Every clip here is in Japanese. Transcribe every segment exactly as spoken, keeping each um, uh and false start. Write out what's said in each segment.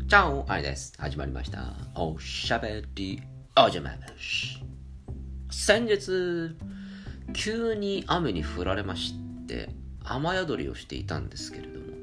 チャオ、あれです。始まりました。おしゃべりおじゃまし。先日、急に雨に降られまして、雨宿りをしていたんですけれども、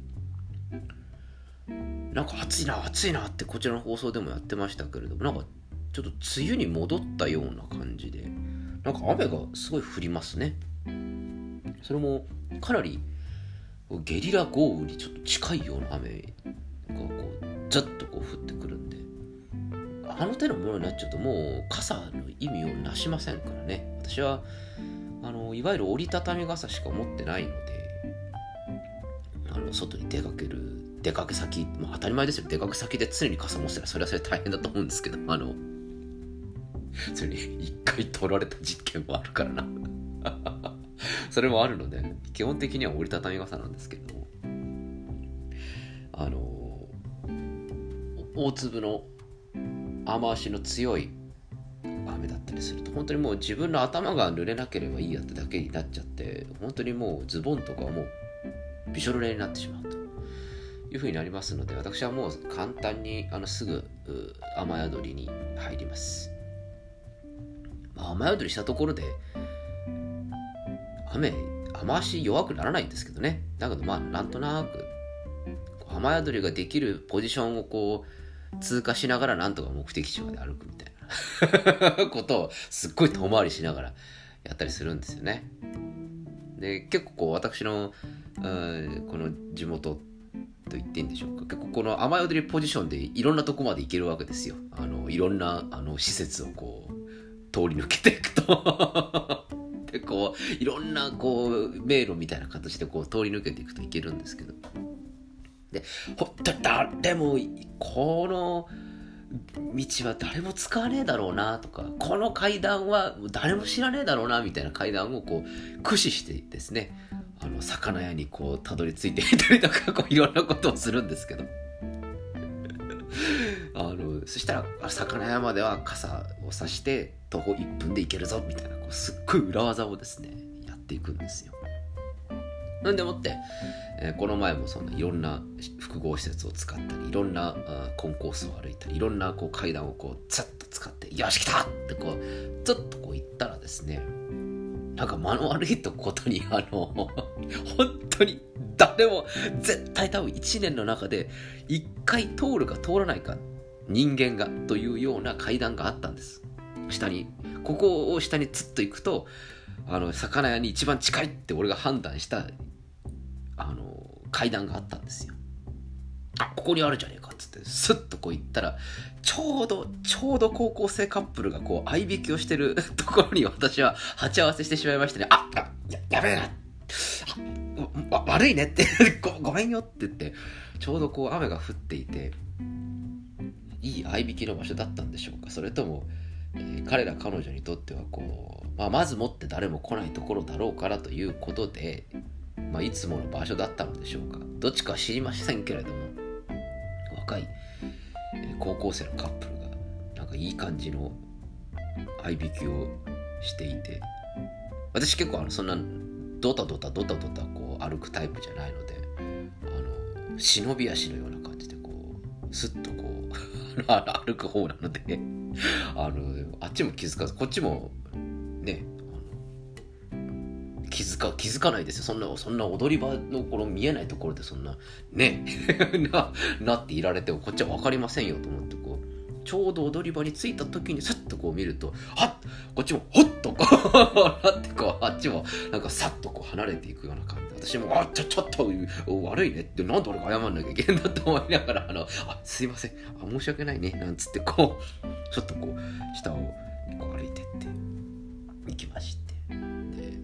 なんか暑いな、暑いなってこちらの放送でもやってましたけれども、なんかちょっと梅雨に戻ったような感じで、なんか雨がすごい降りますね。それもかなりゲリラ豪雨にちょっと近いような雨がこうザッとこう降ってくるんで、あの手のものになっちゃうともう傘の意味をなしませんからね。私はあのいわゆる折りたたみ傘しか持ってないので、あの外に出かける出かけ先、まあ、当たり前ですよ。出かけ先で常に傘持ってたらそれはそれ大変だと思うんですけど、あのそれに一回取られた実験もあるからなそれもあるので、基本的には折りたたみ傘なんですけど、あの大粒の雨足の強い雨だったりすると、本当にもう自分の頭が濡れなければいいやってだけになっちゃって、本当にもうズボンとかはもうびしょ濡れになってしまうという風になりますので、私はもう簡単にあのすぐ雨宿りに入ります。まあ、雨宿りしたところで雨雨足弱くならないんですけどね。だけどまあなんとなく雨宿りができるポジションをこう通過しながらなんとか目的地まで歩くみたいなことをすっごい遠回りしながらやったりするんですよね。で結構こう私のこの地元と言っていいんでしょうか、結構この雨宿りポジションでいろんなとこまで行けるわけですよ。あのいろんなあの施設をこう通り抜けていくとでこういろんなこう迷路みたいな形でこう通り抜けていくといけるんですけど、でほんと誰もこの道は誰も使わねえだろうなとか、この階段は誰も知らねえだろうなみたいな階段をこう駆使してですね、あの魚屋にこうたどり着いていたりとか、こういろんなことをするんですけどあのそしたら魚屋までは傘を差して徒歩いっぷんで行けるぞみたいな、こうすっごい裏技をですねやっていくんですよ。なんでもって、えー、この前もそのいろんな複合施設を使ったり、いろんなコンコースを歩いたり、いろんなこう階段をこうザッと使って、よし来たってこうずっとこう行ったらですね、なんか間の悪いことにあの本当に誰も絶対多分いちねんの中でいっかい通るか通らないか人間がというような階段があったんです。下にここを下にツッと行くとあの魚屋に一番近いって俺が判断したあの階段があったんですよ。あ、ここにあるじゃねえかっつってスッとこう行ったら、ちょうどちょうど高校生カップルがこう相引きをしてるところに私は鉢合わせしてしまいましてね、ああ や, やべえなあ悪いねってご, ごめんよって言って、ちょうどこう雨が降っていていい相引きの場所だったんでしょうか、それとも、えー、彼ら彼女にとってはこう、まあ、まずもって誰も来ないところだろうからということで、まあ、いつもの場所だったのでしょうか。どっちかは知りませんけれども、若い、えー、高校生のカップルがなんかいい感じの相引きをしていて、私結構あのそんなドタドタドタドタこう歩くタイプじゃないので、あの忍び足のような感じでこうスッとこう歩く方なので、あのあっちも気づかずこっちもね、あの気づか気づかないですよ。そんなそんな踊り場のこの見えないところでそんなねななっていられてもこっちは分かりませんよと思って、こうちょうど踊り場に着いた時にさっとこう見ると、はっこっちもほっとこうなってこうあっちもなんかさっとこう離れていくような感じで、私もあちょちょっと悪いねって、なんで俺が謝んなきゃいけんだと思いながら、あのあすいません、あ申し訳ないねなんつってこうちょっとこう下をこう歩いてって行きまして、で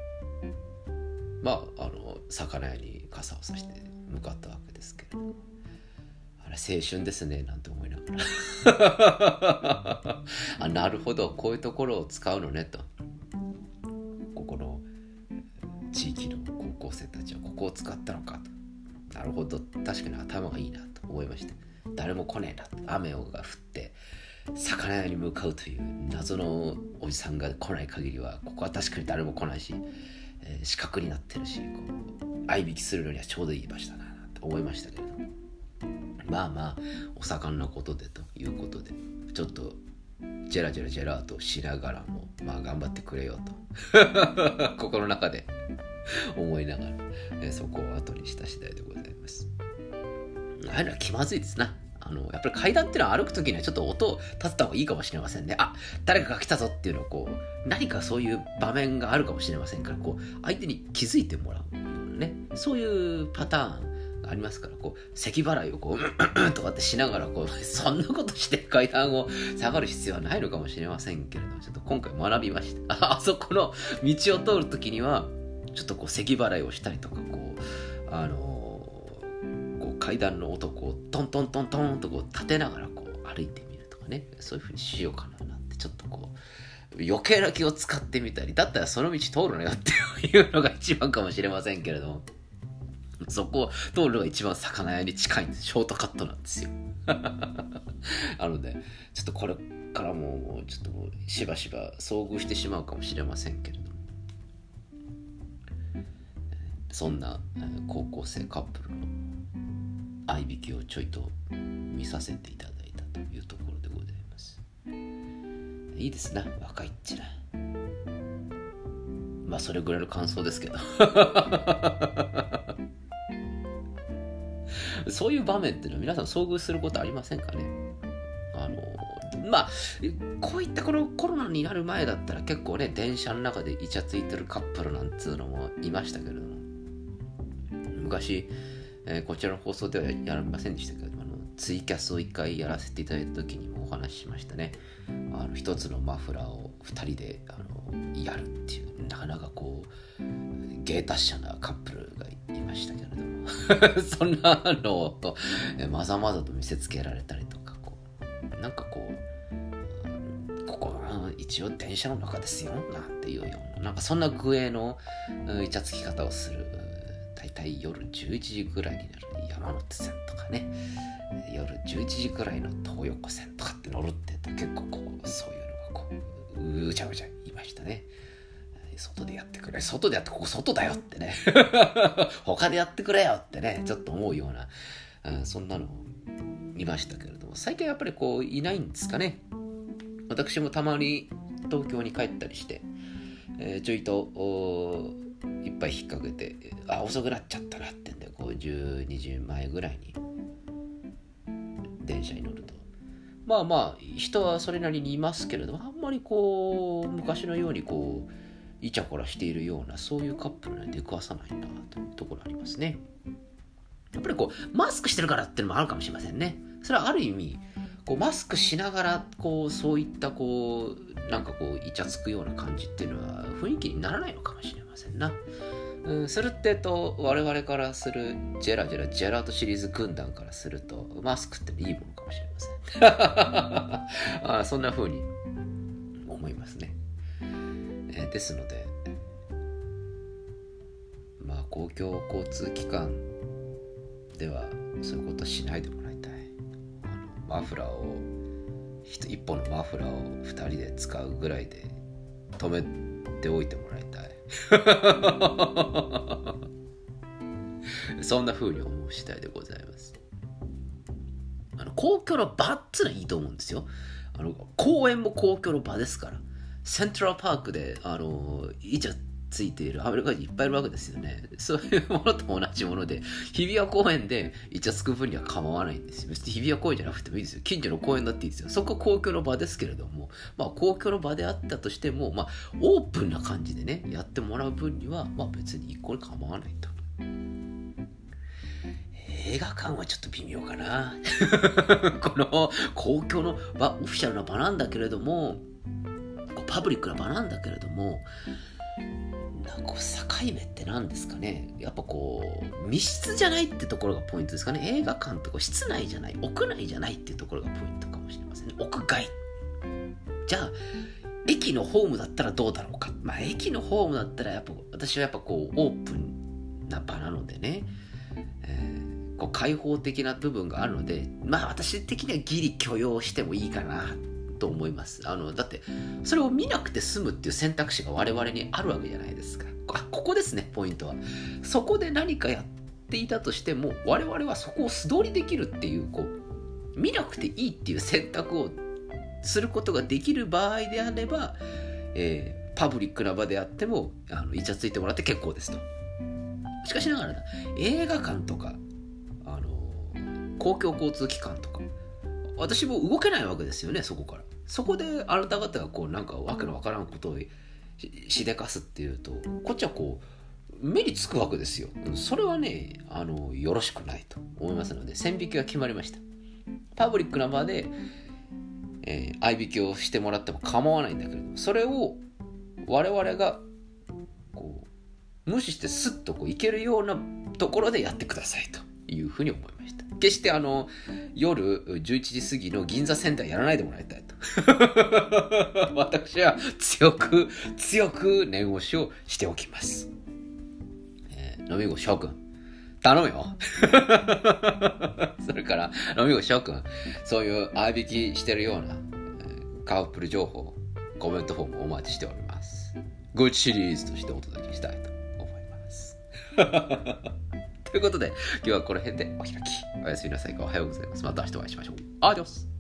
まああの魚屋に傘を差して向かったわけですけれど、あれ青春ですねなんて思いながらあ、なるほどこういうところを使うのねと、ここの地域の高校生たちはここを使ったのかと、なるほど確かに頭がいいなと思いまして、誰も来ねえなと、雨が降って魚屋に向かうという謎のおじさんが来ない限りはここは確かに誰も来ないし、えー、死角になってるし、こう相引きするのにはちょうどいい場所だなと思いましたけれども、 まあまあお盛んなことでということで、ちょっとジェラジェラジェラーとしながらもまあ頑張ってくれよと心の中で思いながら、えそこを後にした次第でございます。ああいうのは気まずいですな。あのやっぱり階段っていうのは歩くときにはちょっと音を立てた方がいいかもしれませんね。あ、誰かが来たぞっていうのをこう何かそういう場面があるかもしれませんから、こう相手に気づいてもらうようなね、そういうパターンがありますから、こう咳払いをこううんうんうんとかってしながらこうそんなことして階段を下がる必要はないのかもしれませんけれども、ちょっと今回学びました。あ, あそこの道を通るときにはちょっとこう咳払いをしたりとか、こうあの階段の音をこうトントントントンとこう立てながらこう歩いてみるとかね、そういう風にしようかななんて、ちょっとこう余計な気を使ってみたり、だったらその道通るのよっていうのが一番かもしれませんけれども、そこを通るのが一番魚屋に近いんです。ショートカットなんですよなのでちょっとこれからもちょっとしばしば遭遇してしまうかもしれませんけれども、そんな高校生カップルの合いびきをちょいと見させていただいたというところでございます。いいですな、若いっちな。まあそれぐらいの感想ですけどそういう場面っていうのは皆さん遭遇することありませんかね。あのまあこういったこのコロナになる前だったら結構ね、電車の中でイチャついてるカップルなんつうのもいましたけれども、昔えー、こちらの放送ではやりませんでしたけれども、あのツイキャスを一回やらせていただいた時にもお話ししましたね。あの一つのマフラーを二人であのやるっていう、なかなかこう芸達者なカップルがいましたけれどもそんなのをまざまざと見せつけられたりとか、こうなんかこうここは一応電車の中ですよなんていうような、なんかそんな具合のイチャつき方をする。大体夜じゅういちじぐらいになる山手線とかね、夜じゅういちじぐらいの東横線とかって乗るって結構こうそういうのがこううちゃうちゃいましたね。外でやってくれ、外でやって、ここ外だよってね他でやってくれよってね、ちょっと思うような、うん、そんなの見ましたけれども、最近やっぱりこういないんですかね。私もたまに東京に帰ったりして、えー、ちょいといっぱい引っ掛けて、あ、遅くなっちゃったなってんで、こうじゅうにじまえぐらいに電車に乗ると、まあまあ人はそれなりにいますけれども、あんまりこう昔のようにこうイチャコラしているような、そういうカップルに出くわさないなというところありますね。やっぱりこうマスクしてるからっていうのもあるかもしれませんね。それはある意味こうマスクしながらこうそういったこうなんかこうイチャつくような感じっていうのは雰囲気にならないのかもしれませんな。うん、それってと我々からするジェラジェラジェラートシリーズ軍団からするとマスクっていいものかもしれませんあ、そんな風に思いますね。えー、ですのでまあ公共交通機関ではそういうことしないでもらいたい。あのマフラーを一本のマフラーを二人で使うぐらいで止めておいてもらいたいそんな風に思う次第でございます。あの公共の場ってのはいいと思うんですよ。あの公園も公共の場ですから。セントラルパークであのイチャついているアメリカ人いっぱいいるわけですよね。そういうものと同じもので、日比谷公園でイチャつく分には構わないんですよ。別に日比谷公園じゃなくてもいいですよ。近所の公園だっていいですよ。そこは公共の場ですけれども、まあ公共の場であったとしても、まあオープンな感じでねやってもらう分には、まあ別に一個に構わないと。映画館はちょっと微妙かなこの公共の場、オフィシャルな場なんだけれども、パブリックな場なんだけれども、なんか境目って何ですかね。やっぱこう密室じゃないってところがポイントですかね。映画館ってこう室内じゃない、屋内じゃないっていうところがポイントかもしれませんね。屋外じゃあ駅のホームだったらどうだろうか。まあ駅のホームだったらやっぱ私はやっぱこうオープンな場なのでね、えー、こう開放的な部分があるので、まあ私的にはギリ許容してもいいかなと思います。あのだってそれを見なくて済むっていう選択肢が我々にあるわけじゃないですか。あ、ここですね、ポイントは。そこで何かやっっていたとしても、我々はそこを素通りできるっていう、こう見なくていいっていう選択をすることができる場合であれば、えー、パブリックな場であってもあのイチャついてもらって結構ですと。しかしながらな、映画館とか、あのー、公共交通機関とか、私も動けないわけですよね。そこからそこであなた方がこうなんかわけのわからんことを し, しでかすっていうと、こっちはこう目につくわけですよ。それはね、あのよろしくないと思いますので、線引きが決まりました。パブリックな場で、えー、相引きをしてもらっても構わないんだけれども、それを我々がこう無視してスッとこういけるようなところでやってくださいというふうに思いました。決してあの夜じゅういちじ過ぎの銀座センターやらないでもらいたいと私は強く強く念押しをしておきます。えー、飲み子翔くん頼むよそれから飲み子翔くん、そういう相引きしてるような、えー、カップル情報コメントフォームお待ちしております。グッチシリーズとしてお届けしたいと思いますということで今日はこの辺でお開き。おやすみなさいか、おはようございます。また明日お会いしましょう。アディオス。